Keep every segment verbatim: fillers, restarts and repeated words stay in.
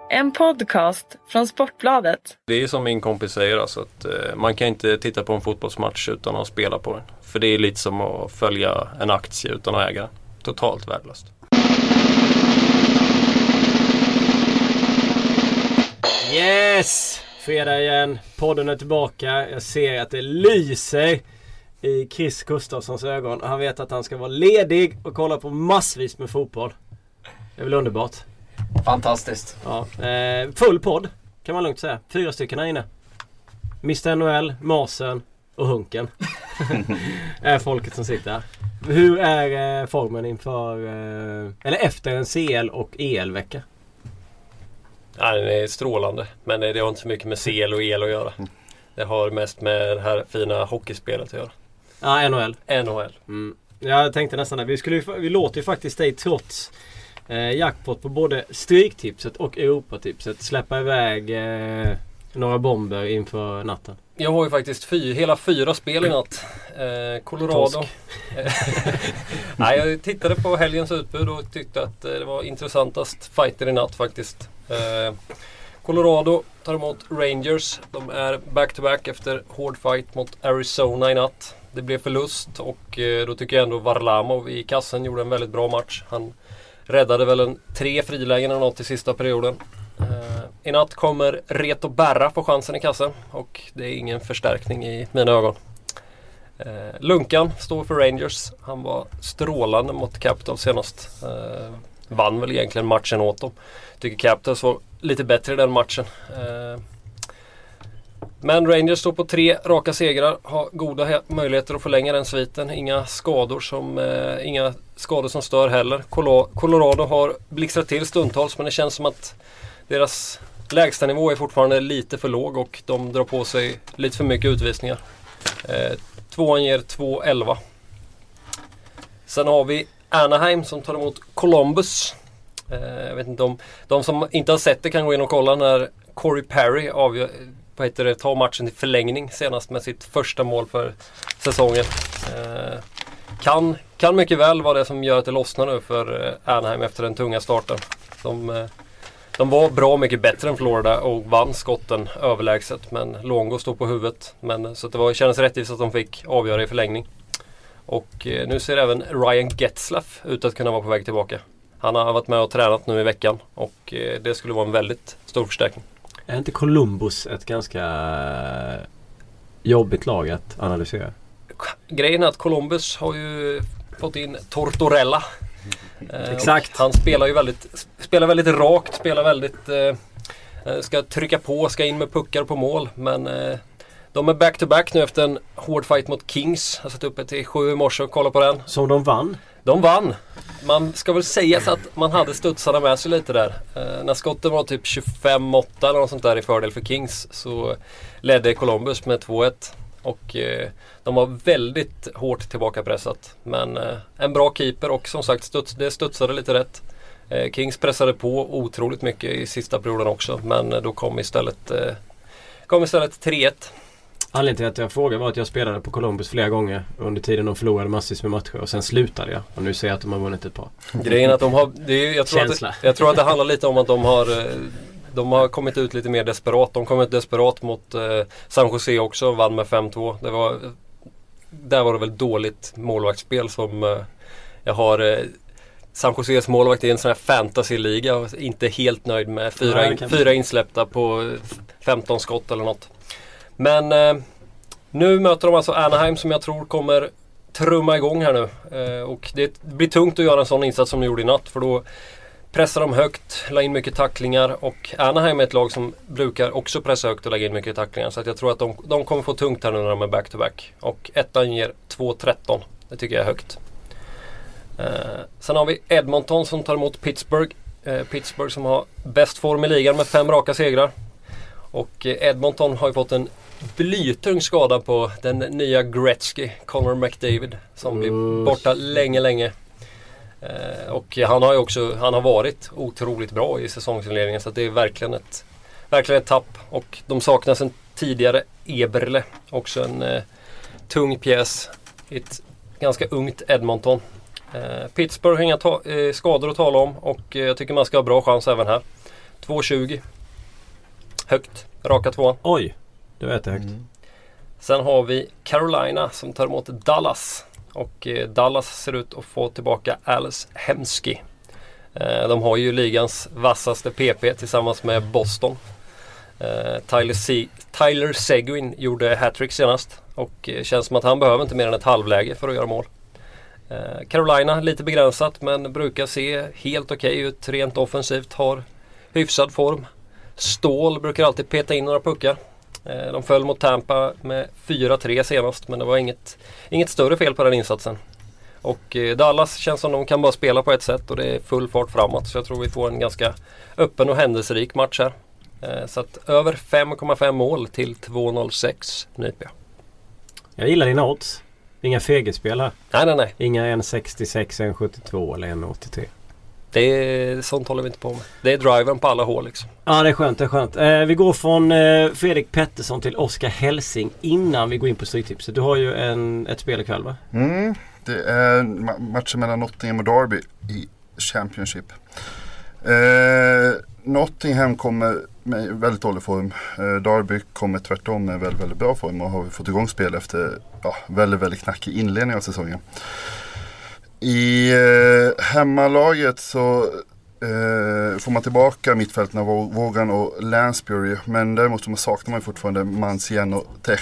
En podcast från Sportbladet. Det är som min kompis säger, alltså att eh, man kan inte titta på en fotbollsmatch utan att spela på den. För det är lite som att följa en aktie utan att äga den. Totalt värdelöst. Yes! Fredag igen. Podden är tillbaka. Jag ser att det lyser i Chris Gustafssons ögon. Han vet att han ska vara ledig och kolla på massvis med fotboll. Det är väl underbart. Fantastiskt. Ja, eh, full podd kan man lugnt säga. Fyra stycken här inne. mister N H L, Marsen och Hunken är folket som sitter här. Hur är eh, formen inför eh, eller efter en C L och E L-vecka? Ja, den är strålande, men det har inte så mycket med C L och E L att göra. Det har mest med det här fina hockeyspelet att göra. Ja, N H L. N H L. Mm. Jag tänkte nästan att vi, skulle, vi låter ju faktiskt dig trots eh, jackpot på både Stryktipset och Europatipset släppa iväg eh, några bomber inför natten. Jag har ju faktiskt fy, hela fyra spel i natt. Eh, Colorado. Nej, jag tittade på helgens utbud och tyckte att det var intressantast fighter i natt faktiskt. Eh, Colorado tar emot Rangers. De är back-to-back efter hård fight mot Arizona i natt. Det blev förlust och eh, då tycker jag ändå Varlamov i kassen gjorde en väldigt bra match. Han räddade väl en tre frilägen eller något i sista perioden. Uh, I natt kommer Reto Berra på chansen i kassen och det är ingen förstärkning i mina ögon. Uh, Lunkan står för Rangers. Han var strålande mot Capitals senast. Uh, vann väl egentligen matchen åt dem. Tycker Capitals var lite bättre i den matchen. Uh, men Rangers står på tre raka segrar. Har goda he- möjligheter att förlänga den sviten. Inga skador som, uh, inga skador som stör heller. Colo- Colorado har blixtrat till stundtals, men det känns som att deras lägsta nivå är fortfarande lite för låg och de drar på sig lite för mycket utvisningar. Eh, tvåan ger två elva. Sen har vi Anaheim som tar emot Columbus. Eh, jag vet inte om de som inte har sett det kan gå in och kolla när Corey Perry avgör, vad heter det, tar matchen till förlängning senast med sitt första mål för säsongen. Eh, kan, kan mycket väl vara det som gör att det lossnar nu för Anaheim efter den tunga starten. De... Eh, De var bra mycket bättre än Florida och vann skotten överlägset, men Longo stod på huvudet. Men, så det var, kändes rättvist att de fick avgöra i förlängning. Och eh, nu ser även Ryan Getzlaff ut att kunna vara på väg tillbaka. Han har varit med och tränat nu i veckan och eh, det skulle vara en väldigt stor förstärkning. Är inte Columbus ett ganska jobbigt lag att analysera? Grejen är att Columbus har ju fått in Tortorella. Eh, Exakt. Han spelar ju väldigt spelar väldigt rakt, spelar väldigt eh, ska trycka på, ska in med puckar på mål, men eh, de är back to back nu efter en hård fight mot Kings. Jag har satt uppe till sju i morse och kolla på den. Som de vann? De vann. Man ska väl säga så att man hade studsarna med sig lite där. Eh, när skotten var typ tjugofem åtta eller något sånt där i fördel för Kings så ledde Columbus med två ett. Och eh, de var väldigt hårt tillbakapressat. Men eh, en bra keeper och som sagt studs, det studsade lite rätt. Eh, Kings pressade på otroligt mycket i sista perioden också. Men eh, då kom istället, eh, kom istället tre ett. Anledningen till att jag frågade var att jag spelade på Columbus flera gånger under tiden de förlorade massvis med matcher. Och sen slutade jag. Och nu ser jag att de har vunnit ett par. Grejen att de har... Det är, jag, tror att det, jag tror att det handlar lite om att de har... Eh, De har kommit ut lite mer desperat. De kom ut desperat mot eh, San Jose också. Vann med fem två. Det var, där var det väl dåligt målvaktsspel som eh, jag har. Eh, San Joses målvakt i en sån här fantasy-liga. Inte helt nöjd med fyra, in, fyra insläppta på femton skott eller något. Men eh, nu möter de alltså Anaheim som jag tror kommer trumma igång här nu. Eh, och det blir tungt att göra en sån insats som de gjorde i natt. För då pressar de högt, la in mycket tacklingar och Anaheim är ett lag som brukar också pressa högt och lägga in mycket tacklingar. Så att jag tror att de, de kommer få tungt här nu när de är back-to-back. Och ettan ger två tretton. Det tycker jag är högt. Eh, sen har vi Edmonton som tar emot Pittsburgh. Eh, Pittsburgh som har bäst form i ligan med fem raka segrar. Och eh, Edmonton har ju fått en blytung skada på den nya Gretzky, Connor McDavid, som blir borta länge, länge. Eh, och han har ju också han har varit otroligt bra i säsongsinledningen, så att det är verkligen ett verkligen ett tapp. Och de saknas en tidigare Eberle, också en eh, tung pjäs i ett ganska ungt Edmonton. Eh, Pittsburgh har inga ta- eh, skador att tala om och eh, jag tycker man ska ha bra chans även här. två tjugo. Högt. Raka två. Oj, det var jättehögt. Mm. Sen har vi Carolina som tar emot Dallas. Och eh, Dallas ser ut att få tillbaka Ales Hemsky. Eh, de har ju ligans vassaste P P tillsammans med Boston. Eh, Tyler, Se- Tyler Seguin gjorde hattrick senast. Och eh, känns som att han behöver inte mer än ett halvläge för att göra mål. Eh, Carolina lite begränsat men brukar se helt okej okay ut. Rent offensivt, har hyfsad form. Stål brukar alltid peta in några puckar. Eh, de föll mot Tampa med fyra tre senast men det var inget, inget större fel på den insatsen. Och eh, Dallas känns som de kan bara spela på ett sätt och det är full fart framåt. Så jag tror vi får en ganska öppen och händelserik match här. Eh, så att över fem komma fem mål till två noll sex nyper jag. Jag gillar dina odds. Inga fegerspel här. Nej, nej, nej. Inga en sextiosex, en sjuttiotvå eller en åttiotre. Det är, sånt håller vi inte på med. Det är driven på alla hål liksom. Ja, det är skönt, det är skönt. Eh, vi går från eh, Fredrik Pettersson till Oskar Helsing innan vi går in på stryktipset. Du har ju en, ett spel ikväll, va? Mm, det är ma- matchen mellan Nottingham och Derby i Championship. Eh, Nottingham kommer med väldigt dålig form. Eh, Derby kommer tvärtom med väldigt, väldigt bra form och har fått igång spel efter ja, väldigt, väldigt knackig inledning av säsongen. I eh, hemmalaget så eh, får man tillbaka mittfälten av Vaughan och Lansbury, men däremot man saknar man fortfarande Mancien och Tech.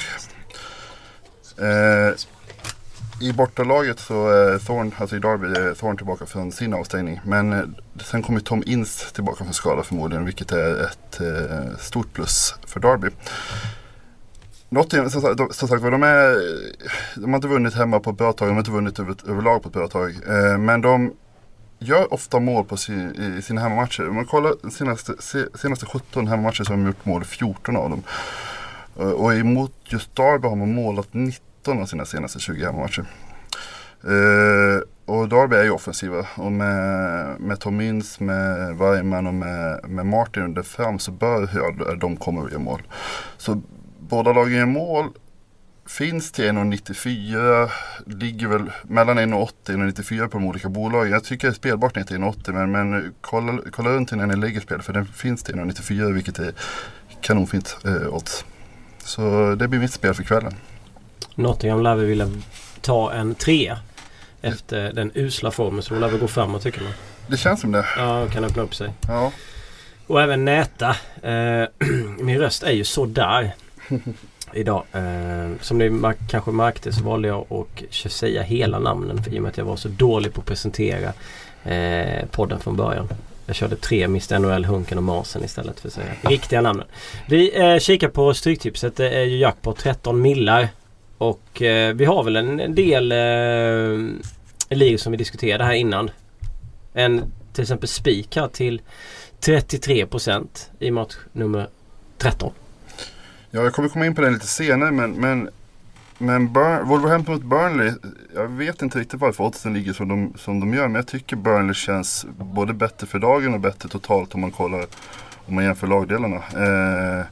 Eh, I bortalaget så är Thorne, alltså i Derby är Thorne tillbaka från sin avstängning, men eh, sen kommer Tom Ince tillbaka från skada förmodligen, vilket är ett eh, stort plus för Derby. Nottingham, som sagt, som sagt de, är, de har inte vunnit hemma på ett bra tag, de har inte vunnit över, överlag på ett bra tag. Eh, men de gör ofta mål på sin, i sina hemmamatcher. Om man kollar de senaste, senaste sjutton hemmamatcher så har de gjort mål i fjorton av dem. Eh, och emot just Derby har man målat nitton av sina senaste tjugo hemmamatcher. Eh, och Derby är ju offensiva. Och med, med Tom Ince, med Weimann och med, med Martin under fram så bör de komma att göra mål. Så båda lagen i mål finns till en nittiofyra, ligger väl mellan en åttio och en nittiofyra på de olika bolagen. Jag tycker det är spelbart ner till en åttio, men, men kolla, kolla runt när ni lägger spel, för den finns till en nittiofyra, vilket är kanonfint eh, odds. Så det blir mitt spel för kvällen. Nottingham lär vi vilja ta en tre efter den usla formen, så de lär vi gå framåt, tycker man. Det känns som det. Ja, kan öppna upp sig. Ja. Och även Näta. Eh, min röst är ju så där idag. Eh, som ni mar- kanske märkte så valde jag att säga hela namnen, för i och med att jag var så dålig på att presentera eh, podden från början. Jag körde tre mister N H L, Hunken och Marsen istället för att säga riktiga namnen. Vi eh, kikar på stryktipset. Det är ju jack på tretton millar. Och eh, vi har väl en, en del eh, ligor som vi diskuterade här innan. En till exempel spik här till trettiotre procent i match nummer tretton. Ja, jag kommer komma in på den lite senare, men, men, men Burn, Wolverhampton mot Burnley, jag vet inte riktigt varför oddsen ligger som de, som de gör, men jag tycker Burnley känns både bättre för dagen och bättre totalt om man kollar, om man jämför lagdelarna. Eh,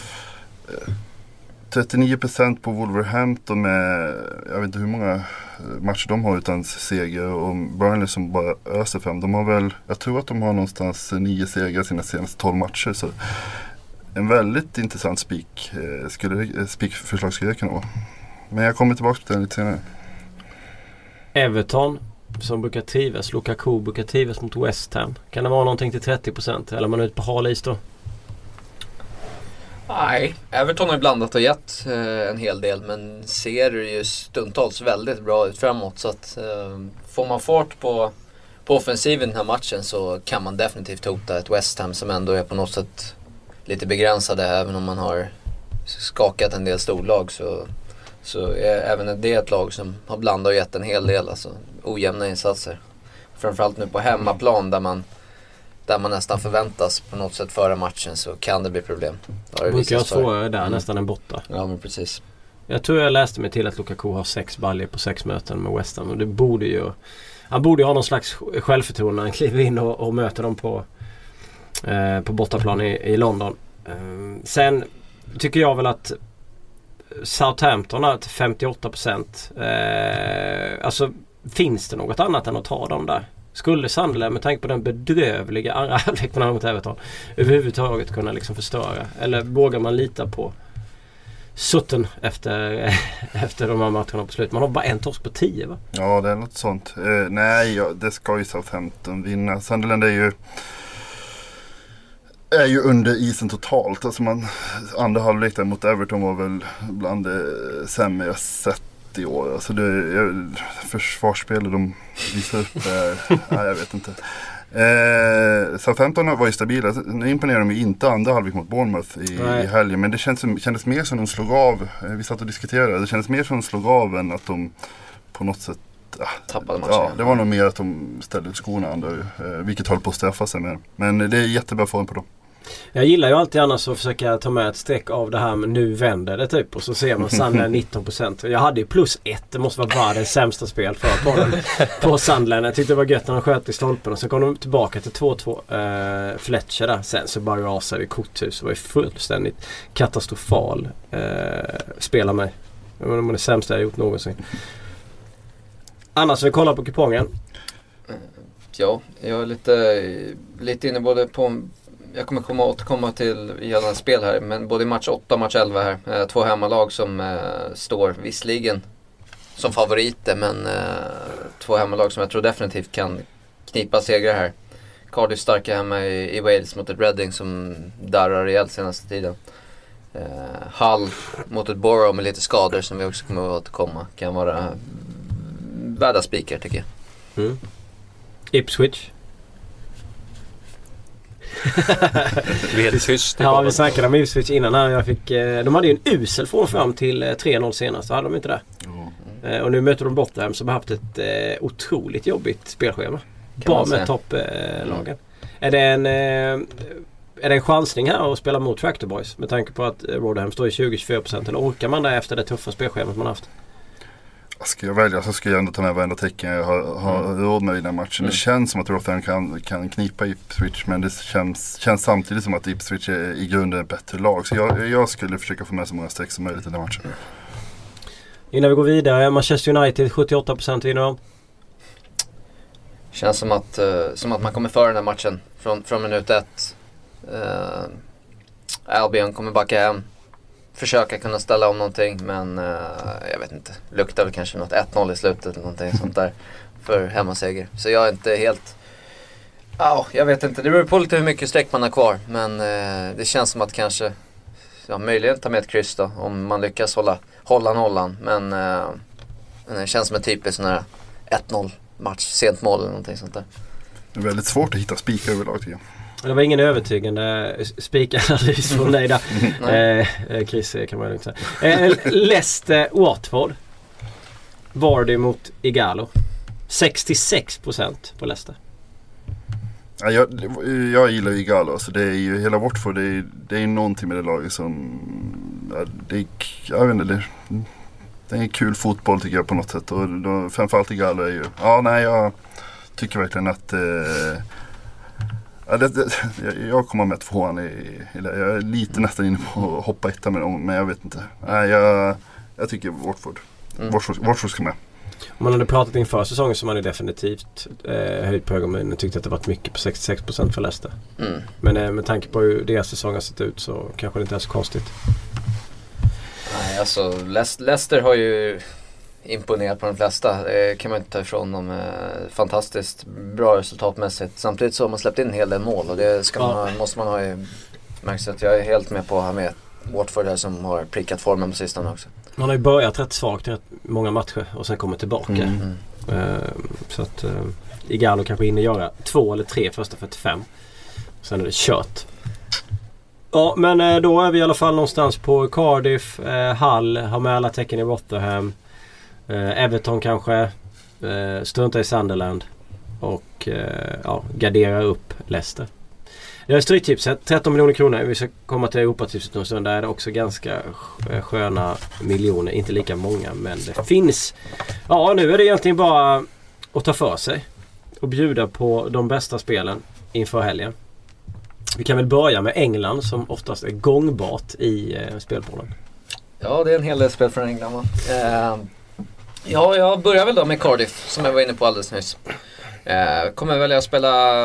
trettionio procent på Wolverhampton med, jag vet inte hur många matcher de har utan seger, och Burnley som bara öser fram. De har väl, jag tror att de har någonstans nio segrar sina senaste tolv matcher, så en väldigt intressant spik eh, skulle spikförslag skulle det kunna vara. Men jag kommer tillbaka till den lite senare. Everton som brukar trivas, Lukaku brukar trivas mot West Ham. Kan det vara någonting till trettio procent, eller är man ute på hal is då? Nej, Everton har ju blandat och gett eh, en hel del, men ser ju stundtals väldigt bra ut framåt, så att eh, får man fart på, på offensiven i den här matchen så kan man definitivt hota ett West Ham som ändå är på något sätt lite begränsade. Även om man har skakat en del storlag så, så är även det ett lag som har blandat och gett en hel del, alltså ojämna insatser. Framförallt nu på hemmaplan där man där man nästan förväntas på något sätt föra matchen, så kan det bli problem. Det brukar jag få där mm. nästan en borta. Ja, men precis. Jag tror jag läste mig till att Lukaku har sex baljor på sex möten med West Ham, och det borde ju, han borde ju ha någon slags självförtroende när han kliver in och, och möter dem på eh, på bortaplan i, i London. Eh, sen tycker jag väl att Southampton har till femtioåtta procent. Eh, alltså finns det något annat än att ta dem där? Skulle Sunderland med tanke på den bedrövliga andra halvlek man har mot Everton överhuvudtaget kunna liksom förstöra? Eller vågar man lita på Sutton efter, efter de här matcherna på slut? Man har bara en torsk på tio, va? Ja, det är något sånt. Eh, nej, ja, det ska ju Southampton vinna. Sunderland är ju är ju under isen totalt. Alltså man, andra halvlek där mot Everton var väl bland det sämre jag sett i år. Alltså det försvarsspelet de visar upp är, nej, jag vet inte. Eh, Southampton var ju stabila. Nu imponerar de ju inte andra halvlek mot Bournemouth i, i helgen. Men det kändes, kändes mer som de slog av. Eh, vi satt och diskuterade. Det kändes mer som de slog av än att de på något sätt ah, tappade matchen. Ja, det var nog mer att de ställde ut skorna andra, eh, vilket höll på att straffa sig med. Men det är jättebra form på dem. Jag gillar ju alltid annars att försöka ta med ett streck av det här, men nu vänder det typ och så ser man Sunderland nitton procent. Jag hade ju plus ett, det måste vara världens sämsta spel för bollen på Sunderland. Jag tyckte det var gött när de sköt i stolpen och så kom de tillbaka till två två uh, Fletcher där. Sen så bara rasade i korthus. Det var ju fullständigt katastrofal uh, spela mig. Det var det sämsta jag gjort någonsin. Annars vi kollar på kupongen. Ja, jag är lite, lite inne både på... Jag kommer komma återkomma till gällande spel här, men både match åtta och match elva här. Eh, två hemmalag som eh, står visserligen som favoriter, men eh, två hemmalag som jag tror definitivt kan knipa segrar här. Cardiff starka hemma i, i Wales mot ett Reading som darrar rejält senaste tiden. Eh, Hull mot ett Borough med lite skador som vi också kommer att återkomma. Kan vara värda spikar tycker jag. Mm. Ipswich. Vi är helt tyst. Ja, vi snackade om Ipswich innan här. Jag fick, de hade ju en usel från fram till tre noll senast. Så hade de inte det. Mm. Och nu möter de Bottenham som har haft ett eh, otroligt jobbigt spelschema. Bara med topplagen. Eh, mm. Är det en eh, är det en chansning här att spela mot Tractor Boys med tanke på att Rotherham står i tjugo till tjugofyra procent, eller orkar man det efter det tuffa spelschemat man haft? Ska jag välja så ska jag ändå ta med varenda tecken jag har, har mm. råd med i den här matchen. Mm. Det känns som att Rotherham kan, kan knipa Ipswich, men det känns, känns samtidigt som att Ipswich är i grunden ett bättre lag. Så jag, jag skulle försöka få med så många streck som möjligt i den här matchen. Mm. Innan vi går vidare, Manchester United sjuttioåtta procent vinner de. Känns som att, uh, som att man kommer före den här matchen från, från minut ett. Uh, Albion kommer backa hem. Försöka kunna ställa om någonting, men uh, jag vet inte. Luktar väl kanske något ett noll i slutet eller någonting sånt där för hemmaseger. Så jag är inte helt... Ja, oh, jag vet inte. Det beror på lite hur mycket streck man har kvar. Men uh, det känns som att kanske... Ja, möjligen ta med ett kryss då, om man lyckas hålla hålla nollan. Men uh, det känns som en typisk sån här ett noll match, sent mål eller någonting sånt där. Det är väldigt svårt att hitta spikar överlag tycker jag. Det var ingen övertygande spikanalys från dig där. eh, Chris kan man lugnt säga. Eh, Leicester Watford. Vardy mot Igalo. sextiosex procent på Leicester. Ja, jag, jag gillar Igalo. Så det är ju hela Watford. Det är, det är någonting med det laget som... Ja, det är, jag vet inte, det, det är kul fotboll tycker jag på något sätt. Och då, framförallt Igalo är ju... Ja, nej, jag tycker verkligen att... Eh, Ja, det, det, jag kommer med tvåan i, i, jag är lite nästan inne på att hoppa etta med dem, men jag vet inte. Nej, jag, jag tycker Watford. Mm. Watford, Watford ska med. Om man hade pratat inför säsongen så man är definitivt eh, höjt på ögonen och tyckte att det varit mycket på sextiosex procent för Leicester. Mm. Men eh, med tanke på hur deras säsong har sett ut så kanske det inte är så konstigt. Nej, alltså Le- Leicester har ju imponerat på de flesta. Det kan man inte ta ifrån dem. Fantastiskt bra resultatmässigt. Samtidigt så har man släppt in en hel del mål och det ska man ha, måste man ha i märks att jag är helt med på att ha med Watford där som har prickat formen på sistone också. Man har ju börjat rätt svagt i rätt många matcher och sen kommer tillbaka. Mm. Uh, så att uh, Igalo kanske hinner göra två eller tre första fyrtiofem. Sen är det kört. Ja, men uh, då är vi i alla fall någonstans på Cardiff, uh, Hull, har med alla tecken i Rotherham. Uh, Everton kanske uh, struntar i Sunderland och uh, ja, garderar upp Leicester. Det är stryktipset, tretton miljoner kronor. Vi ska komma till Europatipset nu, så där är det också ganska sköna miljoner, inte lika många, men det finns. Ja, nu är det egentligen bara att ta för sig och bjuda på de bästa spelen inför helgen. Vi kan väl börja med England som oftast är gångbart i uh, spelpollen. Ja, det är en hel del spel från England, va? Uh... Ja, jag börjar väl då med Cardiff som jag var inne på alldeles nyss. Eh, kommer välja att spela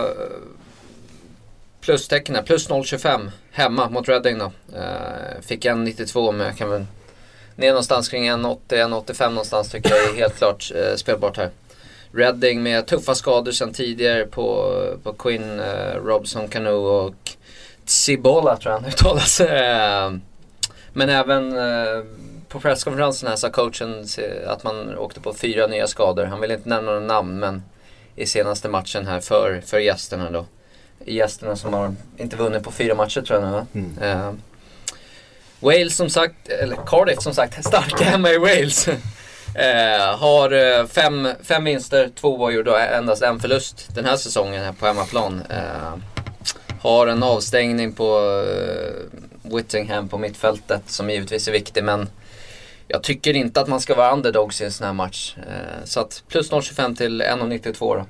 plustecken, plus noll komma tjugofem hemma mot Reading då. Eh, fick en nittiotvå, men jag kan väl ner någonstans kring en åttio en åttiofem någonstans tycker jag är helt klart eh, spelbart här. Reading med tuffa skador sedan tidigare på, på Quinn, eh, Robson, Cano och Tsibola tror jag han uttalas. Eh, men även eh, på presskonferensen här sa coachen att man åkte på fyra nya skador. Han vill inte nämna några namn, men i senaste matchen här för, för gästerna då. Gästerna som har inte vunnit på fyra matcher tror jag nu va? Mm. Eh, Wales som sagt, eller Cardiff som sagt, starka hemma i Wales. eh, har fem, fem vinster, två oavgjorda och endast en förlust den här säsongen här på hemmaplan. Eh, har en avstängning på eh, Whittingham på mittfältet som givetvis är viktig, men jag tycker inte att man ska vara underdogs i en sån här match. Eh, så att plus noll komma tjugofem till en nittiotvå då.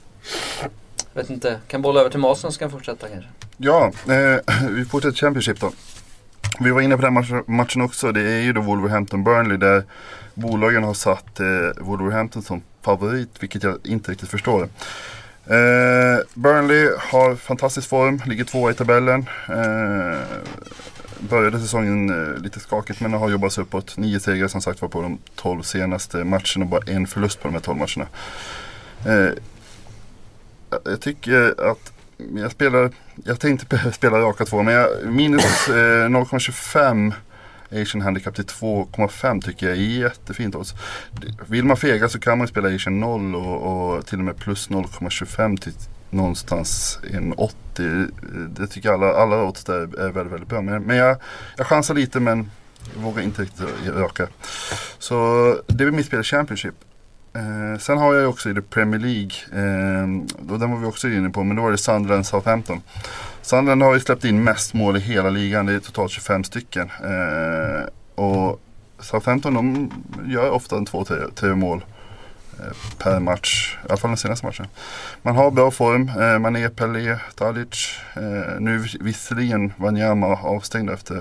Vet inte, kan bolla över till Masen så kan fortsätta kanske. Ja, eh, vi fortsätter Championship då. Vi var inne på den matchen, matchen också. Det är ju då Wolverhampton-Burnley där bolagen har satt eh, Wolverhampton som favorit, vilket jag inte riktigt förstår. Eh, Burnley har fantastisk form, ligger tvåa i tabellen. Eh, började säsongen eh, lite skakigt men har jobbat sig uppåt. Nio segrar som sagt var på de tolv senaste matcherna och bara en förlust på de här tolv matcherna. Eh, jag tycker att jag spelar, jag tänkte spela raka två, men jag, minus eh, noll komma tjugofem Asian handicap till två komma fem tycker jag är jättefint också. Vill man fega så kan man spela Asian noll och, och till och med plus noll komma tjugofem till någonstans en åttio. Det tycker jag alla, alla odds där är väldigt, väldigt bra. Men, men jag, jag chansar lite men jag vågar inte riktigt raka. Så det är mitt spel Championship. Eh, sen har jag ju också i det Premier League, eh, då den var vi också inne på, men då var det Sunderland Southampton. Sunderland har ju släppt in mest mål i hela ligan, det är totalt tjugofem stycken. Eh, och Southampton de gör ofta en två tre mål eh, per match, i alla fall den senaste matchen. Man har bra form, eh, man är Pelé, Tadic, eh, nu visserligen Wanyama avstängd efter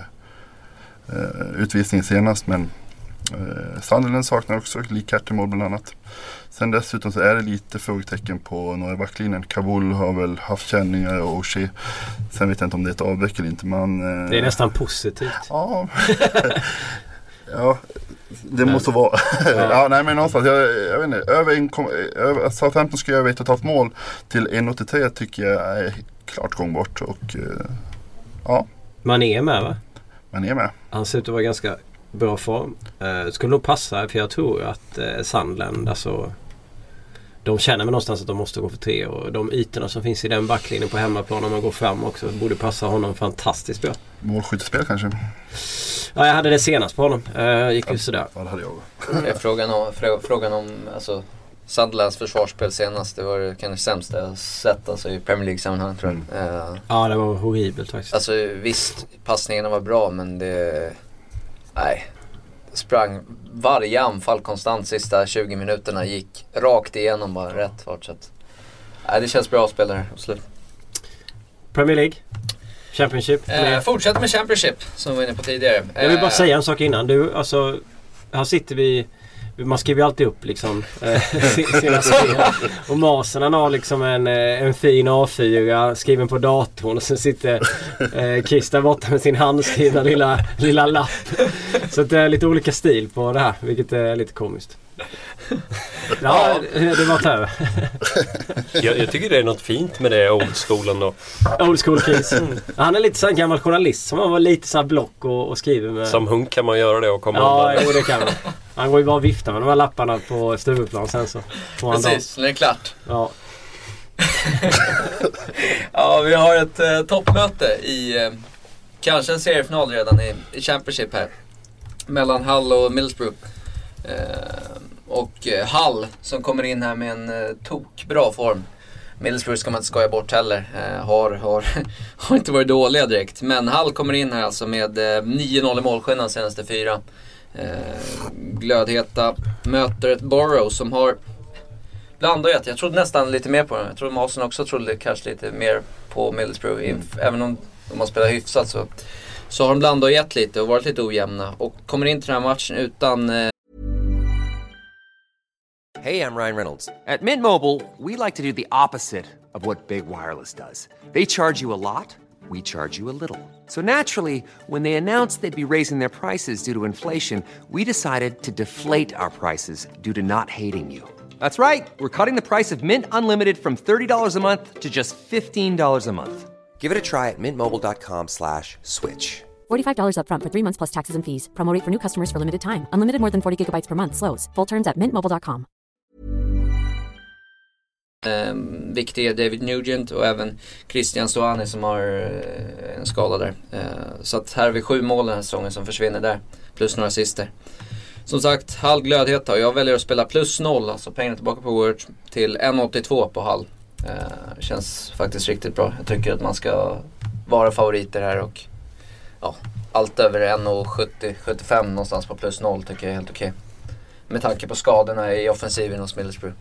eh, utvisningen senast, men Uh, Sunderland saknar också Lee Cattermole bland annat. Sen dessutom så är det lite frågetecken på några backlinjen. Kabul har väl haft känningar och O'Shea. Sen vet jag inte om det är ett avbräck eller inte. Men, uh, det är nästan positivt. Ja, ja det men. måste vara. Ja. ja, nej men någonstans. Jag, jag vet inte, över en, över, Southampton ska göra ett och ett halvt mål till en åttiotre tycker jag är klart gångbart. Och, uh, ja. Man är med va? Man är med. Han ser ut att vara ganska bra form. Uh, skulle nog passa för jag tror att uh, Sunderland alltså, de känner väl någonstans att de måste gå för tre och de ytorna som finns i den backlinjen på hemmaplan om man går fram också borde passa honom fantastiskt bra. Målskyttespel kanske? Ja, jag hade det senast på honom. Uh, gick ju sådär. Ja, det hade jag. Det är frågan om, frågan om alltså, Sunderlands försvarsspel senast, det var det kanske sämsta jag sett alltså, i Premier League-sammanhang tror jag. Mm. Uh, ja, det var horribelt faktiskt. Alltså visst, passningarna var bra men det... Nej, sprang varje anfall konstant sista tjugo minuterna, gick rakt igenom bara rätt fart. Så att, nej, det känns bra spelare, absolut. Premier League, Championship. Eh, fortsätt med Championship som vi var inne på tidigare. Eh, Jag vill bara säga en sak innan. Du, alltså, här sitter vi, man skriver ju alltid upp liksom senaste och Masen han har liksom en, en fin A fyra skriven på datorn och sen sitter eh, Chris där borta med sin handskrivna lilla, lilla lapp. Så det är lite olika stil på det här, vilket är lite komiskt. Ja, det var över. jag, jag tycker det är något fint med det old schoolen då. Old school Chris. Mm. Han är lite så en gammal journalist som han var lite så här block och, och skriver med. Som hund kan man göra det och komma ja, undan. Ja, det kan man. Han går ju bara och vifta med de här lapparna på Stureplan sen så. Precis, det är klart. Ja. Ja, vi har ett eh, toppmöte i eh, kanske en seriefinal redan i, i Championship här. Mellan Hull och Middlesbrough. Eh, och eh, Hull som kommer in här med en eh, tokbra form. Middlesbrough ska man inte skoja bort heller. Eh, har, har, har inte varit dåliga direkt. Men Hull kommer in här alltså med eh, nio noll i målskillnad senaste fyra. Eh, glödheta möter ett Borough som har blandat. Jag trodde nästan lite mer på den. Jag trodde Masen också trodde kanske lite mer på Middlesbrough. Mm. Även om de har spelat hyfsat så, så har de blandat och gett lite och varit lite ojämna. Och kommer in till den här matchen utan... Eh... Hey, I'm Ryan Reynolds. At Mint Mobile, we like to do the opposite of what Big Wireless does. They charge you a lot, we charge you a little. So naturally, when they announced they'd be raising their prices due to inflation, we decided to deflate our prices due to not hating you. That's right. We're cutting the price of Mint Unlimited from thirty dollars a month to just fifteen dollars a month. Give it a try at mintmobile.com slash switch. forty-five dollars up front for three months plus taxes and fees. Promo rate for new customers for limited time. Unlimited more than forty gigabytes per month. Slows full terms at mint mobile dot com. Um, viktig är David Nugent och även Christian Stuani som har uh, en skada där. Uh, så att här har vi sju mål den här säsongen som försvinner där. Plus några assister. Som sagt, Hall glödhet då. Jag väljer att spela plus noll, alltså pengarna tillbaka på Word till en komma åttiotvå på Hall. Uh, känns faktiskt riktigt bra. Jag tycker att man ska vara favoriter här och ja, allt över en komma sjuttio sjuttiofem någonstans på plus noll tycker jag är helt okej. Med tanke på skadorna i offensiven hos Middlesbrough.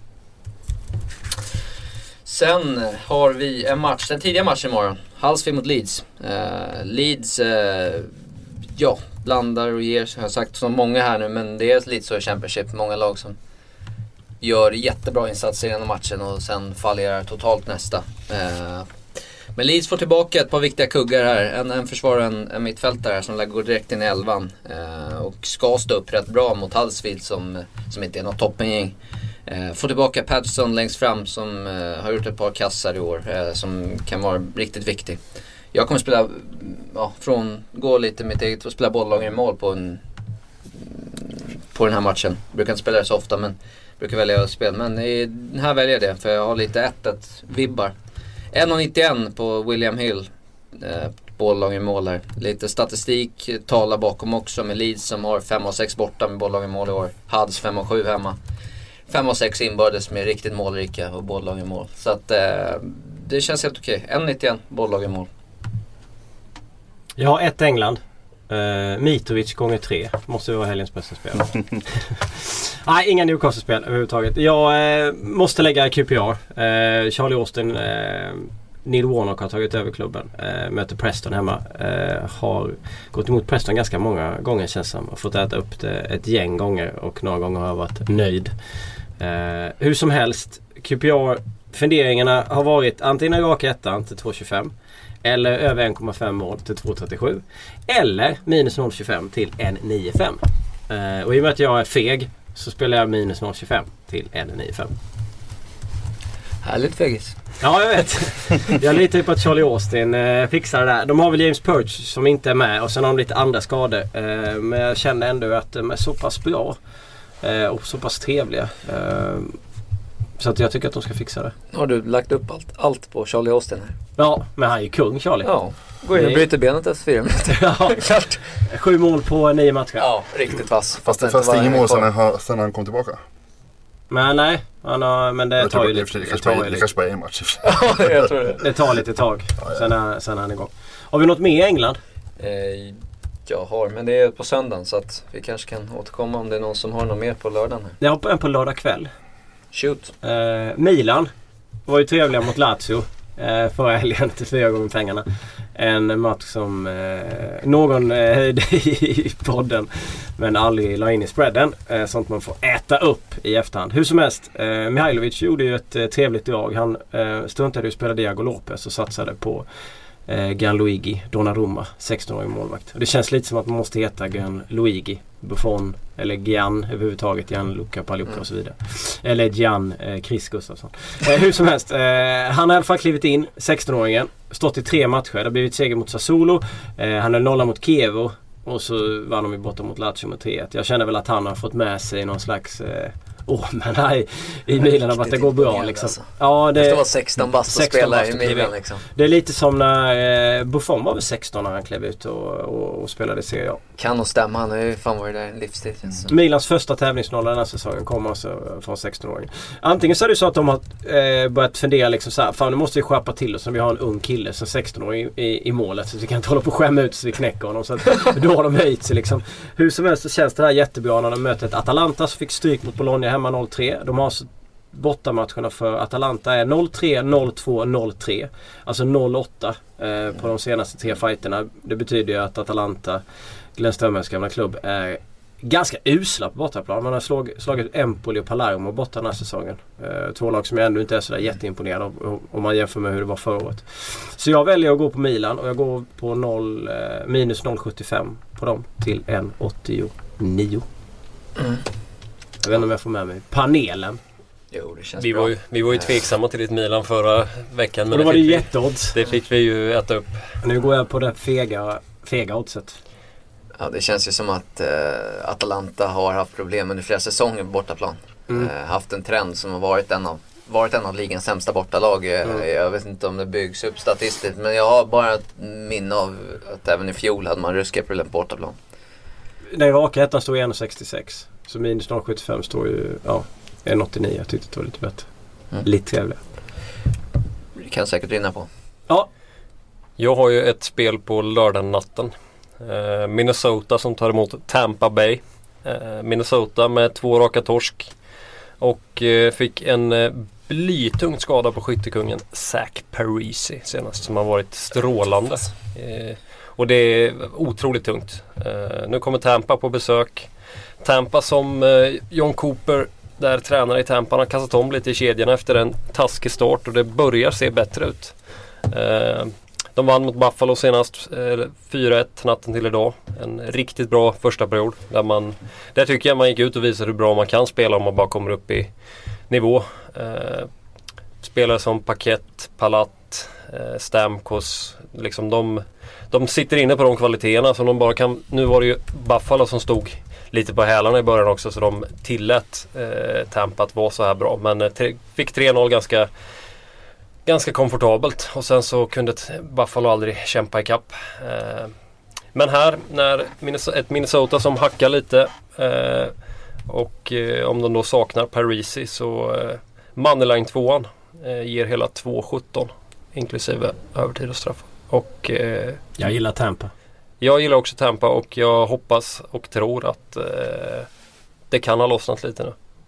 Sen har vi en match, den tidiga matchen imorgon. Huddersfield mot Leeds. Uh, Leeds, uh, ja, blandar och ger, jag har sagt som många här nu, men det är Leeds och Championship. Många lag som gör jättebra insatser genom matchen och sen fallerar totalt nästa. Uh, men Leeds får tillbaka ett par viktiga kuggar här. En, en försvarare, en, en mittfältare som lägger direkt in i elvan. Uh, och ska stå upp rätt bra mot Huddersfield som, som inte är något toppengäng. Uh, får tillbaka Patterson längst fram som uh, har gjort ett par kassar i år uh, som kan vara riktigt viktig. Jag kommer spela, ja, från gå lite mitt eget och spela bolllag i mål på, en, på den här matchen. Jag brukar inte spela det så ofta men brukar välja att spela. Men i, den här väljer jag det för jag har lite ett ett vibbar. en komma nittioett på William Hill. Uh, bolllag i mål här. Lite statistik talar bakom också med Leeds som har fem och sex borta med bolllag i mål i år. Hudds fem och sju hemma. fem och sex inbördes med riktigt målrika och bolllag i mål. Så att eh, det känns helt okej. en komma nittioett bolllag i mål. Jag har ett England. Uh, Mitrovic gånger tre. Måste vara helgens bästa spel. Nej, inga Newcastle-spel överhuvudtaget. Jag uh, måste lägga Q P R. Uh, Charlie Austin, uh, Neil Warnock har tagit över klubben. Uh, möter Preston hemma. Uh, har gått emot Preston ganska många gånger känns som. Har fått äta upp det ett gäng gånger och några gånger har jag varit nöjd. Uh, hur som helst, Q P R funderingarna har varit antingen raka ettan till två komma tjugofem eller över en komma fem mål till två komma trettiosju eller minus noll komma tjugofem till en komma nitiofem. Uh, och i och med att jag är feg så spelar jag minus noll komma tjugofem till en komma nitiofem. Härligt fegis. Ja, jag vet. Jag litar ju på att Charlie Austin eh, fixar det där. De har väl James Perch som inte är med och sen har de lite andra skador. Eh, men jag känner ändå att de är så pass bra eh, och så pass trevliga. Eh, så att jag tycker att de ska fixa det. Har du lagt upp allt, allt på Charlie Austin här? Ja, men han är ju kung Charlie. Ja, går in och bryter benet efter fyra minuter. Ja, klart. Sju mål på nio matcher. Ja, riktigt vass. Fast, fast, fast ingen mål sen han, sen han kom tillbaka. Men nej, han har, men det tar ju lite. Det kanske bara är en match. Ja, jag tror det. Det tar lite tag. Ja, ja. Sen, är, sen är han igång. Har vi något mer i England? Eh, jag har, men det är på söndagen så att vi kanske kan återkomma om det är någon som har något mer på lördagen. Här. Jag har en på lördag kväll. Shoot. Eh, Milan var ju trevliga mot Lazio eh, förra helgen till fyra gånger pengarna. En match som eh, någon eh, höjde i podden men aldrig la in i spreaden. Eh, sånt man får äta upp i efterhand. Hur som helst, eh, Mihailovic gjorde ju ett eh, trevligt drag. Han eh, struntade ju att spela Diego Lopez och satsade på eh, Gianluigi Donnarumma, sexton-årig målvakt. Och det känns lite som att man måste heta Gianluigi Buffon eller Gian överhuvudtaget, Gianluca Pagliuca mm. och så vidare. Eller Gian eh, Chris Gustafsson. Eh, hur som helst, eh, han har i alla fall klivit in, sexton-åringen, stått i tre matcher. Det har blivit seger mot Sassuolo, eh, han har nolla mot Chievo och så vann de ju borta mot Lazio med tre ett. Jag känner väl att han har fått med sig någon slags eh, åh, men nej, i Milan har varit det går bra liksom. Alltså. Ja, det, det ska vara sexton bast och spela i Milan liksom. Det är lite som när eh, Buffon var väl sexton när han klev ut och, och, och spelade i Serie A. Kan nog stämma, han har ju fan varit där en livstid. Mm. Milans första tävlingsnolla den här säsongen kommer alltså från sexton-åringen. Antingen så är det så att de har eh, börjat fundera liksom så här, fan nu måste vi skärpa till oss när vi har en ung kille som sexton-åring i, i, i målet så vi kan inte hålla på och skämma ut så vi knäcker honom. Så att, då har de höjt sig liksom. Hur som helst så känns det här jättebra när de möter ett Atalanta som fick stryk mot Bologna hemma noll tre. De har så bortamatcherna för Atalanta är noll tre, noll två, noll tre. Alltså noll åtta eh, på de senaste tre fighterna. Det betyder ju att Atalanta, Glenn Strömmers gamla klubb, är ganska usla på bortaplan. Man har slag, slagit Empoli och Palermo borta den här säsongen. Eh, två lag som jag ändå inte är sådär jätteimponerad av om man jämför med hur det var förra året. Så jag väljer att gå på Milan och jag går på noll, eh, minus noll komma sjuttiofem på dem till en komma åttionio. Mm. Jag vet inte om jag får med mig panelen. Jo, det känns vi, bra. var ju, vi var ju tveksamma till ditt Milan förra veckan. Men och då det var det vi, jätteodds. Det fick vi ju äta upp. Nu går jag på det fega, fega oddset. Ja, det känns ju som att eh, Atalanta har haft problem under flera säsonger på bortaplan. Mm. Eh, haft en trend som har varit en av, varit en av ligans sämsta bortalag. Eh, mm. Jag vet inte om det byggs upp statistiskt, men jag har bara ett minne av att även i fjol hade man ruskiga problem på bortaplan. Den raka ettan står i en komma sextiosex. Så minus noll komma sjuttiofem står ju ja, en komma åttionio. Jag tyckte det var lite bättre. Mm. Lite trevligare. Det kan säkert rinna på. Ja. Jag har ju ett spel på lördag natten. Uh, Minnesota som tar emot Tampa Bay. Uh, Minnesota med två raka torsk. Och uh, fick en uh, blytung skada på skyttekungen Zach Parisi senast, som har varit strålande. Uh, och det är otroligt tungt. Uh, nu kommer Tampa på besök. Tampa som uh, John Cooper, där tränare i Tampa, har kastat om lite i kedjorna efter en taskig start och det börjar se bättre ut. Uh, De vann mot Buffalo senast eh, fyra ett natten till idag. En riktigt bra första period. Där, man, där tycker jag man gick ut och visade hur bra man kan spela om man bara kommer upp i nivå. Eh, spelare som Paquette, Palat, eh, Stamkos. Liksom de, de sitter inne på de kvaliteterna som de bara kan. Nu var det ju Buffalo som stod lite på hälarna i början också, så de tillät eh, Tampa att vara så här bra. Men eh, tre, fick tre noll ganska... Ganska komfortabelt och sen så kunde Buffalo aldrig kämpa i kapp. Eh, men här när Minnesota, ett Minnesota som hackar lite eh, och eh, om de då saknar Parisi så eh, Moneyline tvåan eh, ger hela två sjutton inklusive övertid och straff. Och, eh, jag gillar Tampa. Jag gillar också Tampa och jag hoppas och tror att eh, det kan ha lossnat lite nu.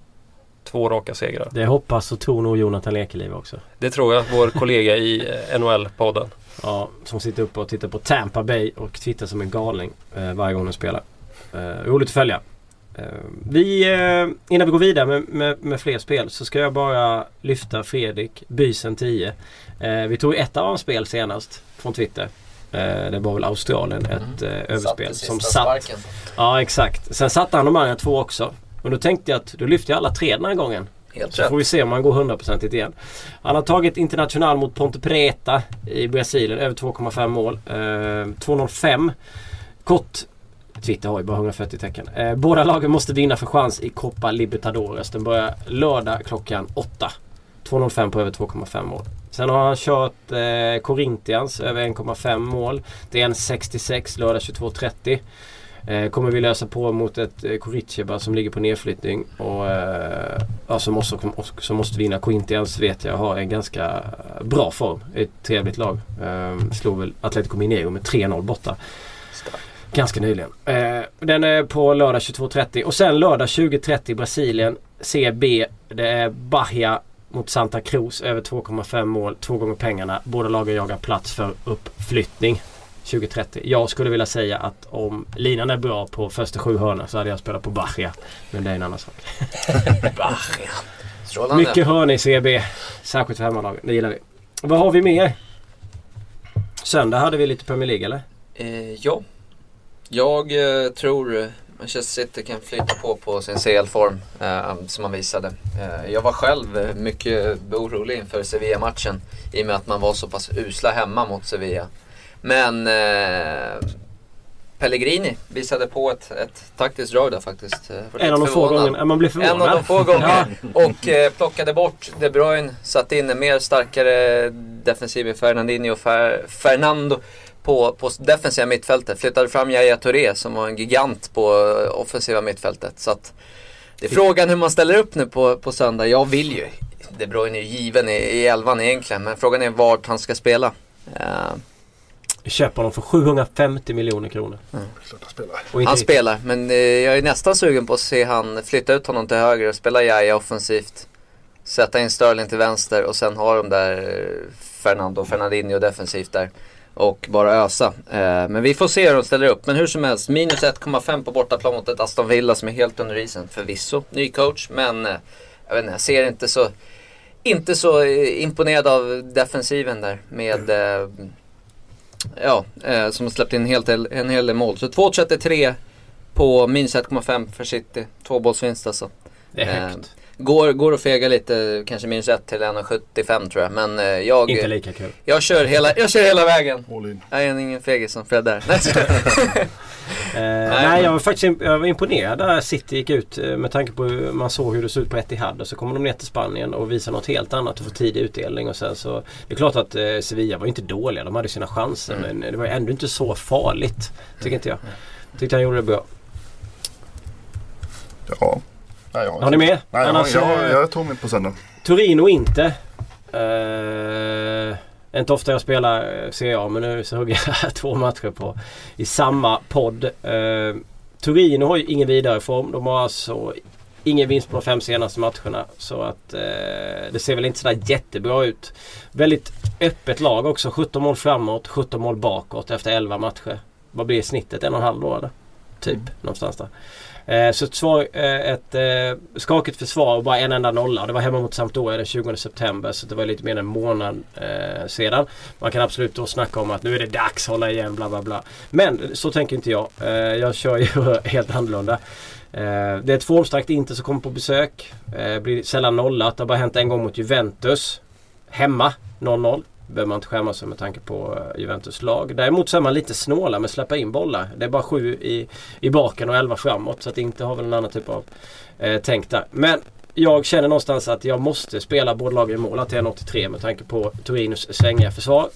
Två raka segrar. Det hoppas och tror nog Jonathan Lekeliv också. Det tror jag, vår kollega i N H L-podden. Ja, som sitter uppe och tittar på Tampa Bay och twittrar som en galning eh, varje gång de spelar. Eh, roligt att följa. Eh, vi, eh, innan vi går vidare med, med, med fler spel så ska jag bara lyfta Fredrik Bysen tio. Eh, vi tog ett av spel senast från Twitter. Eh, det var väl Australien, ett mm. eh, överspel som satt. Sparken. Ja, exakt. Sen satte han de andra två också. Och då tänkte jag att då lyfter jag alla tre den här gången. Helt så rätt. får vi se om han går hundra procent igen. Han har tagit international mot Ponte Preta i Brasilien. Över två komma fem mål. Eh, två noll fem. Kort. Twitter har ju bara hundrafyrtio tecken. Eh, båda lagen måste vinna för chans i Copa Libertadores. Den börjar lördag klockan åtta. två noll fem på över två komma fem mål. Sen har han kört eh, Corinthians över en komma fem mål. Det är en sextiosex lördag tjugotvå trettio. Eh, kommer vi lösa på mot ett eh, Curitiba som ligger på nedflyttning och eh, ja, så, måste, så måste vinna. Corinthians vet jag har en ganska bra form. Ett trevligt lag. Eh, slog väl Atletico Mineiro med tre noll borta. Stark. Ganska nyligen. Eh, den är på lördag tjugotvå trettio och sen lördag tjugo trettio Brasilien C B. Det är Bahia mot Santa Cruz över två komma fem mål. Två gånger pengarna. Båda lagen jagar plats för uppflyttning. tjugo trettio. Jag skulle vilja säga att om linan är bra på första sju hörna så hade jag spelat på Bahia. Men det är en annan sak. Bahia. Strålande. Mycket hörn i C B. Särskilt för hemmalagen. Det gillar vi. Vad har vi mer? Söndag hade vi lite Premier League, eller? Eh, ja. Jag eh, tror Manchester City kan flytta på på sin C L-form eh, som man visade. Eh, jag var själv mycket orolig inför Sevilla-matchen i och med att man var så pass usla hemma mot Sevilla. Men eh, Pellegrini visade på ett, ett taktiskt drag där faktiskt. En av de få gångerna man blir förvånad. En av de få gångerna. Och eh, plockade bort De Bruyne, satt in en mer starkare defensiv i Fernandinho och Fer, Fernando på, på defensiva mittfältet. Flyttade fram Yaya Touré som var en gigant på offensiva mittfältet. Så att det är frågan hur man ställer upp nu på, på söndag. Jag vill ju. De Bruyne är given i, i elvan egentligen. Men frågan är vart han ska spela. Uh, Köper honom för sjuhundrafemtio miljoner kronor. Mm. Han riktigt. Spelar, men eh, jag är nästan sugen på att se han flytta ut honom till höger och spela Yaya offensivt. Sätta in Sterling till vänster och sen har de där Fernando och Fernandinho defensivt där. och bara ösa. Eh, men vi får se hur de ställer upp. Men hur som helst, minus ett komma fem på bortaplan mot ett Aston Villa som är helt under isen. Förvisso, ny coach, men eh, jag vet inte, jag ser inte så, inte så eh, imponerad av defensiven där med eh, ja, eh, som har släppt in en hel, en hel del mål. Så två trettiotre på minus ett komma fem för City. Tvåbollsvinst alltså. Det är högt. Eh, Går, går att fega lite, kanske minus ett till en sjuttiofem tror jag. Men eh, jag... Inte lika kul. Jag kör hela, jag kör hela vägen. All in. Jag är ingen fegis som Fred där. Eh, nej, jag var faktiskt jag var imponerad där City gick ut eh, med tanke på hur man såg hur det såg ut på Etihad. Och så kommer de ner till Spanien och visar något helt annat och får tidig utdelning. Och sen så, det är klart att eh, Sevilla var inte dåliga, de hade sina chanser. Mm. Men det var ändå inte så farligt, tycker inte jag. Tyckte han gjorde det bra. Ja. Nej, jag har ni med? Nej, Annars, jag, jag, jag tog mig på söndag. Torino inte. Uh, inte ofta jag spelar ser jag, men nu så hugger jag två matcher på i samma podd. Uh, Torino har ju ingen vidare form. De har alltså ingen vinst på de fem senaste matcherna. Så att uh, det ser väl inte sådär jättebra ut. Väldigt öppet lag också. sjutton mål framåt, sjutton mål bakåt efter elva matcher. Vad blir snittet? En och en halv då eller? Typ, mm. någonstans där. Eh, så ett, svar, eh, ett eh, skakigt försvar och bara en enda nolla. Det var hemma mot Sampdoria den tjugonde september, så det var lite mer än en månad eh, sedan. Man kan absolut då snacka om att nu är det dags, hålla igen, bla bla bla. Men så tänker inte jag. Eh, jag kör ju helt annorlunda. Eh, det är ett formstarkt Inter som kommer på besök. Eh, blir sällan nollat. Det har bara hänt en gång mot Juventus. Hemma, noll noll. Behöver man inte skämma sig med tanke på Juventus lag. Däremot så är man lite snåla med att släppa in bollar. Det är bara sju i, i baken och elva framåt. Så att det inte har väl en annan typ av eh, tänk där. Men jag känner någonstans att jag måste spela båda lag i mål till en åttiotre med tanke på Torinos svängiga försvar.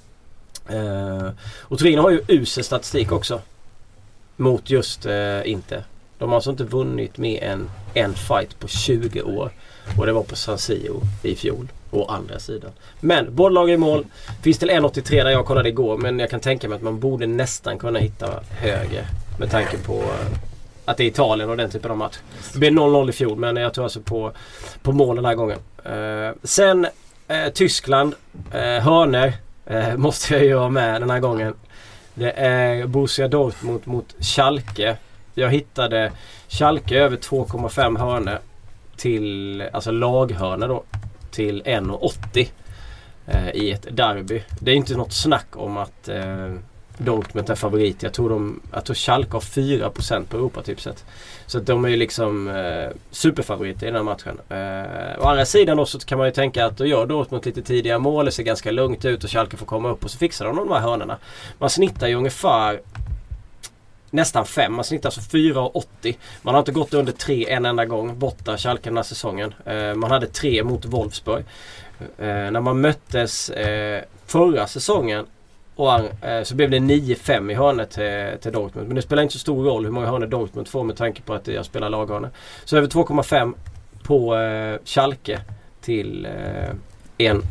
Eh, och Torino har ju usel statistik också. Mot just eh, inte. De har alltså inte vunnit med en, en fight på tjugo år. Och det var på San Siro i fjol. Å andra sidan. Men bolllag i mål finns till en åttiotre där jag kollade igår. Men jag kan tänka mig att man borde nästan kunna hitta högre. Med tanke på uh, att det är Italien och den typen av match. Det blir noll noll i fjol, men jag tror alltså på, på mål den här gången. Uh, sen uh, Tyskland. Uh, hörner uh, måste jag ju ha med den här gången. Det är Borussia Dortmund mot Schalke. Jag hittade Schalke över två komma fem hörner. Till, alltså laghörner då. Till en åttio eh, i ett derby. Det är inte något snack om att eh, Dortmund är favorit. Jag tror, de, jag tror Schalke har fyra procent på Europatipset. Så att de är ju liksom eh, superfavoriter i den här matchen. Eh, å andra sidan då så kan man ju tänka att då gör Dortmund lite tidiga mål. Det ser ganska lugnt ut och Schalke får komma upp och så fixar de de här hörnerna. Man snittar ju ungefär nästan fem. Man snittar alltså fyra åttio. Man har inte gått under tre en enda gång borta Schalke den här säsongen. Eh, man hade tre mot Wolfsburg. Eh, när man möttes eh, förra säsongen och, eh, så blev det nio fem i hörnet till, till Dortmund. Men det spelar inte så stor roll hur många hörner Dortmund får med tanke på att jag spelar laghörner. Så över två komma fem på eh, Schalke till eh, en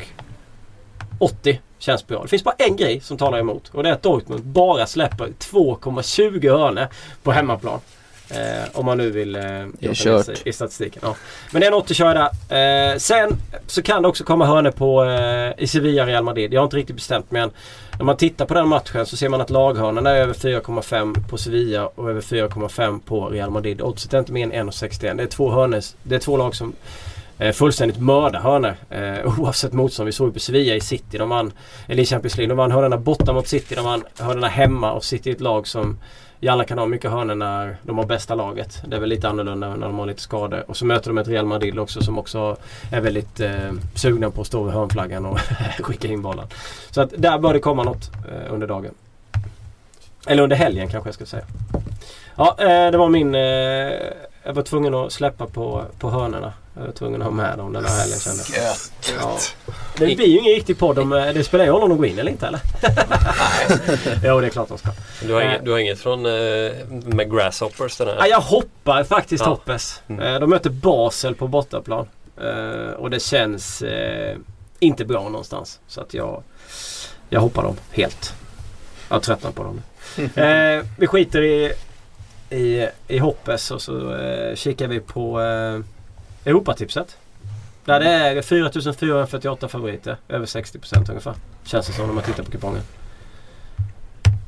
åttio. Känns bra. Det finns bara en grej som talar emot. Och det är att Dortmund bara släpper två komma tjugo hörner på hemmaplan. Eh, om man nu vill eh, sig i statistiken. Ja. Men det är en åttio kör där. Eh, sen så kan det också komma hörner på eh, i Sevilla Real Madrid. Jag har inte riktigt bestämt, men när man tittar på den matchen så ser man att laghörnerna är över fyra komma fem på Sevilla och över fyra komma fem på Real Madrid. Oddset är inte mer än en sextioen. Det är två hörner. Det är två lag som Eh, fullständigt mörda hörner eh, oavsett motstånd. Vi såg på Sevilla i City, de vann, eller i Champions League, de vann hörnerna borta mot City, de vann hörnerna hemma och City är ett lag som gärna kan ha mycket hörner när de har bästa laget. Det är väl lite annorlunda när de har lite skador. Och så möter de ett Real Madrid också som också är väldigt eh, sugna på att stå vid hörnflaggan och skicka in bollen. Så att där bör det komma något eh, under dagen. Eller under helgen kanske jag ska säga. Ja, eh, det var min... Eh, jag var tvungen att släppa på, på hörnerna. Jag var tvungen att ha med dem den här helgen, kände jag. Ja. Det blir ju ingen riktig podd om det spelar ju roll om de går in eller inte, eller? Nej. Jo, det är klart de ska. Du har, inget, du har inget från eh, med Grasshoppers den här? Ja, jag hoppar faktiskt, ja. Hoppes. Mm. De möter Basel på bortaplan. Eh, och det känns eh, inte bra någonstans. Så att jag, jag hoppar dem helt. Jag tröttnar på dem. eh, vi skiter i I, i Hoppes och så eh, kikar vi på eh, Europatipset. Där det är fyra tusen fyrahundrafyrtioåtta favoriter. Över sextio procent ungefär. Känns det som när man tittar på kupongen.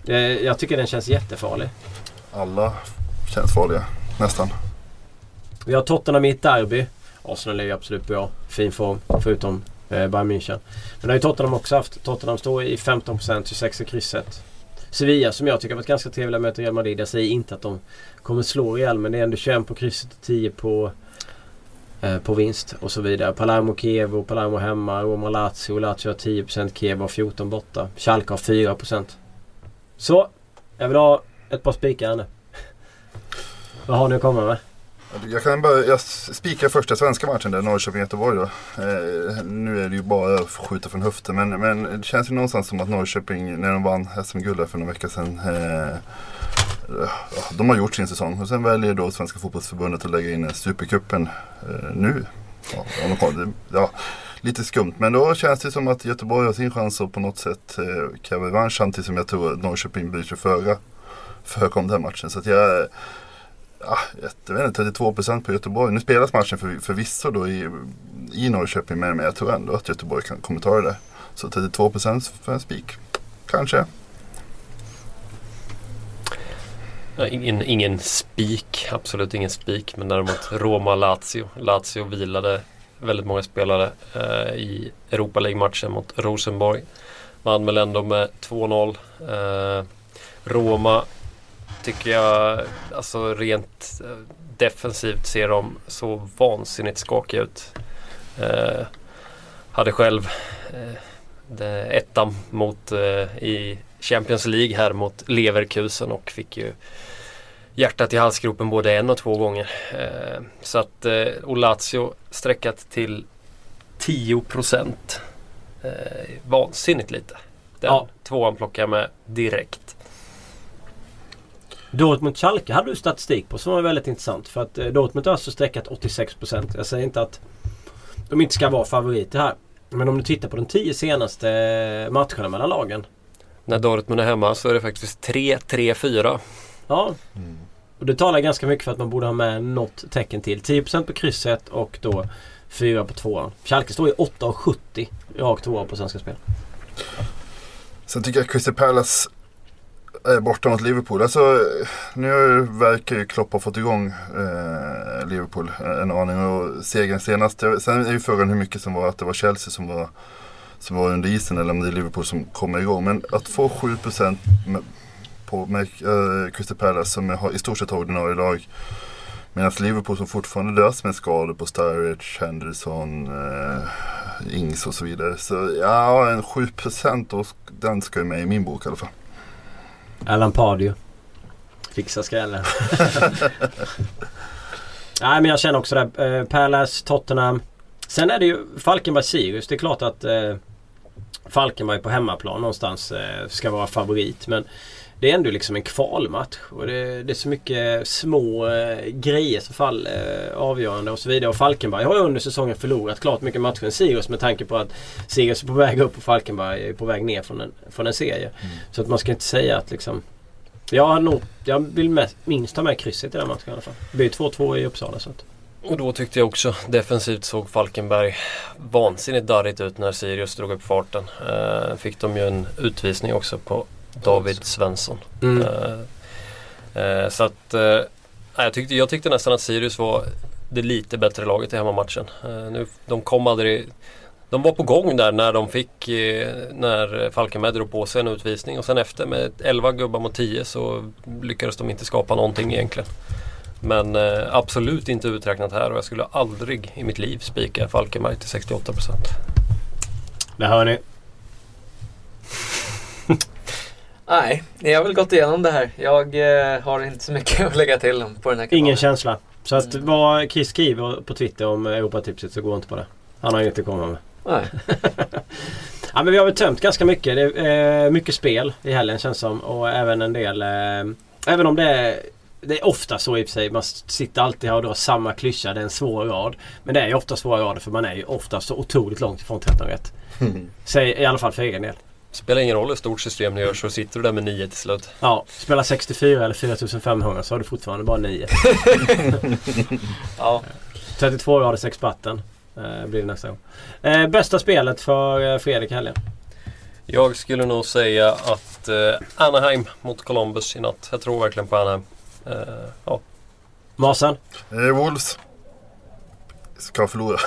Eh, jag tycker den känns jättefarlig. Alla känns farliga, nästan. Vi har Tottenham i ett derby. Arsenal är ju absolut bra. Fin form, förutom eh, Bayern München. Men det har ju Tottenham också haft. Tottenham står i femton procent, tjugosex i krysset. Sevilla som jag tycker har varit ganska trevliga möter Real Madrid. Jag säger inte att de kommer slå Real, men det är ändå tjugoett på krysset och tio på, eh, på vinst och så vidare. Palermo, Kiev, Palermo hemma, Roma, Lazio. Lazio har tio procent, Kiev har fjorton borta. Schalke har fyra procent. Så, jag vill ha ett par spikar nu. Vad har ni att komma med? Jag kan börja, jag spikar första svenska matchen där, Norrköping-Göteborg då. Eh, nu är det ju bara att skjuta från höften, men, men det känns ju någonstans som att Norrköping, när de vann S M-guld för några veckor sedan, eh, de har gjort sin säsong. Och sen väljer då Svenska fotbollsförbundet att lägga in Supercupen eh, nu. Ja, om de, ja, lite skumt, men då känns det som att Göteborg har sin chans att på något sätt eh, kräva revansch, samtidigt som jag tror att Norrköping blir sig föra förkom den här matchen. Så att jag... Ja, jag vet inte, trettiotvå procent på Göteborg. Nu spelas matchen för, förvisso då i, i Norrköping, men jag tror ändå att Göteborg kan komma ta det där. Så trettiotvå procent för en spik. Kanske. Ja, ingen, ingen spik, absolut ingen spik. Men däremot Roma-Lazio. Lazio vilade väldigt många spelare eh, i Europa League-matchen mot Rosenborg. Vann väl ändå med två noll. Eh, Roma tycker jag, alltså rent defensivt ser de så vansinnigt skakiga ut. Eh, hade själv eh, det ettan mot, eh, i Champions League här mot Leverkusen och fick ju hjärtat i halsgropen både en och två gånger. Eh, så att eh, Lazio sträckat till tio procent. Eh, vansinnigt lite. Den ja. Tvåan plockar jag med direkt. Dortmund Schalke hade du statistik på som var väldigt intressant, för att eh, Dortmund har alltså sträckat åttiosex procent. Jag säger inte att de inte ska vara favoriter här, men om du tittar på de tio senaste matcherna mellan lagen. När Dortmund är hemma så är det faktiskt tre tre fyra. Ja, mm. Och det talar ganska mycket för att man borde ha med något tecken till. tio procent på krysset och då fyra på tvåan. Schalke står i åtta sjuttio rakt tvåa på Svenska Spel. Sen tycker jag Crystal Palace är borta mot Liverpool. Alltså, nu verkar ju Klopp ha fått igång eh, Liverpool en aning och segern senast. Sen är ju frågan hur mycket som var att det var Chelsea som var, som var under isen eller om det är Liverpool som kommer igång. Men att få sju procent med, på med, eh, Crystal Palace som har i stort sett ordinarie lag, medan Liverpool som fortfarande dös med skador på Sturridge, Henderson, eh, Ings och så vidare. Så ja, en sju procent och den ska ju med i min bok i alla fall. Alan Pardew. Fixa skrällen. Nej, men jag känner också det. Eh, Palace, Tottenham. Sen är det ju Falkenberg-Sirius. Det är klart att eh, Falkenberg på hemmaplan någonstans eh, ska vara favorit. Men det är ändå liksom en kvalmatch. Och det, det är så mycket små eh, grejer som fall eh, avgörande och så vidare. Och Falkenberg har ju under säsongen förlorat klart mycket matcher än Sirius, med tanke på att Sirius är på väg upp och Falkenberg är på väg ner från en, från en serie. Mm. Så att man ska inte säga att liksom... Jag, nog, jag vill med, minst ta med krysset i den matchen i alla fall. Det blir två två i Uppsala. Så att. Och då tyckte jag också defensivt såg Falkenberg vansinnigt darrigt ut när Sirius drog upp farten. Uh, fick de ju en utvisning också på David Svensson. Mm. Uh, uh, så att uh, jag, tyckte, jag tyckte nästan att Sirius var det lite bättre laget i hemmamatchen. Uh, nu, de kom aldrig... De var på gång där när de fick uh, när Falkenberg drog på sig en utvisning, och sen efter med elva gubbar mot tio så lyckades de inte skapa någonting egentligen. Men uh, absolut inte uträknat här, och jag skulle aldrig i mitt liv spika Falkenberg till sextioåtta procent. Det hör ni. Nej, jag har väl gått igenom det här. Jag eh, har inte så mycket att lägga till på den här kanalen. Ingen känsla. Så att mm. vad Chris skriver på Twitter om Europatipset så går inte på det. Han har inget att komma med. Nej. Ja, men vi har väl tömt ganska mycket. Det är eh, mycket spel i helgen känns som. Och även en del... Eh, även om det är... Det är ofta så i och för sig. Man sitter alltid här och drar samma klyscha. Det är en svår rad. Men det är ju ofta svåra rader, för man är ju ofta så otroligt långt ifrån tretton rätt. Mm. Säg i alla fall för egen del. Spelar ingen roll hur stort system ni gör, så sitter du där med nio till slut. Ja, spela sextiofyra eller fyra tusen femhundra så har du fortfarande bara nio. Ja. trettiotvå rader sex batten eh, blir det nästa gång. Eh, bästa spelet för eh, Fredrik helgen? Jag skulle nog säga att eh, Anaheim mot Columbus i natt. Jag tror verkligen på Anaheim. Eh, ja. Marsen? Eh, Wolves. Ska förlora.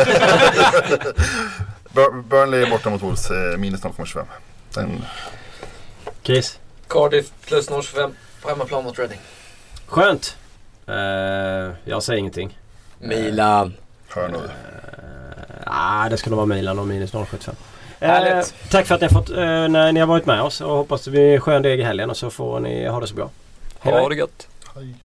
Bur- Burnley borta mot Wolves. Eh, minus noll komma tjugofem. Den... Chris? Cardiff plus noll komma tjugofem på hemmaplan mot Reading. Skönt. Uh, jag säger ingenting. Milan. Hör nog. Uh, ah, det skulle vara Milan och minus noll komma sjuttiofem. Härligt. Uh, tack för att ni har, fått, uh, när ni har varit med oss och hoppas att vi skön deg i helgen och så får ni ha det så bra. Ha det gött. Hej.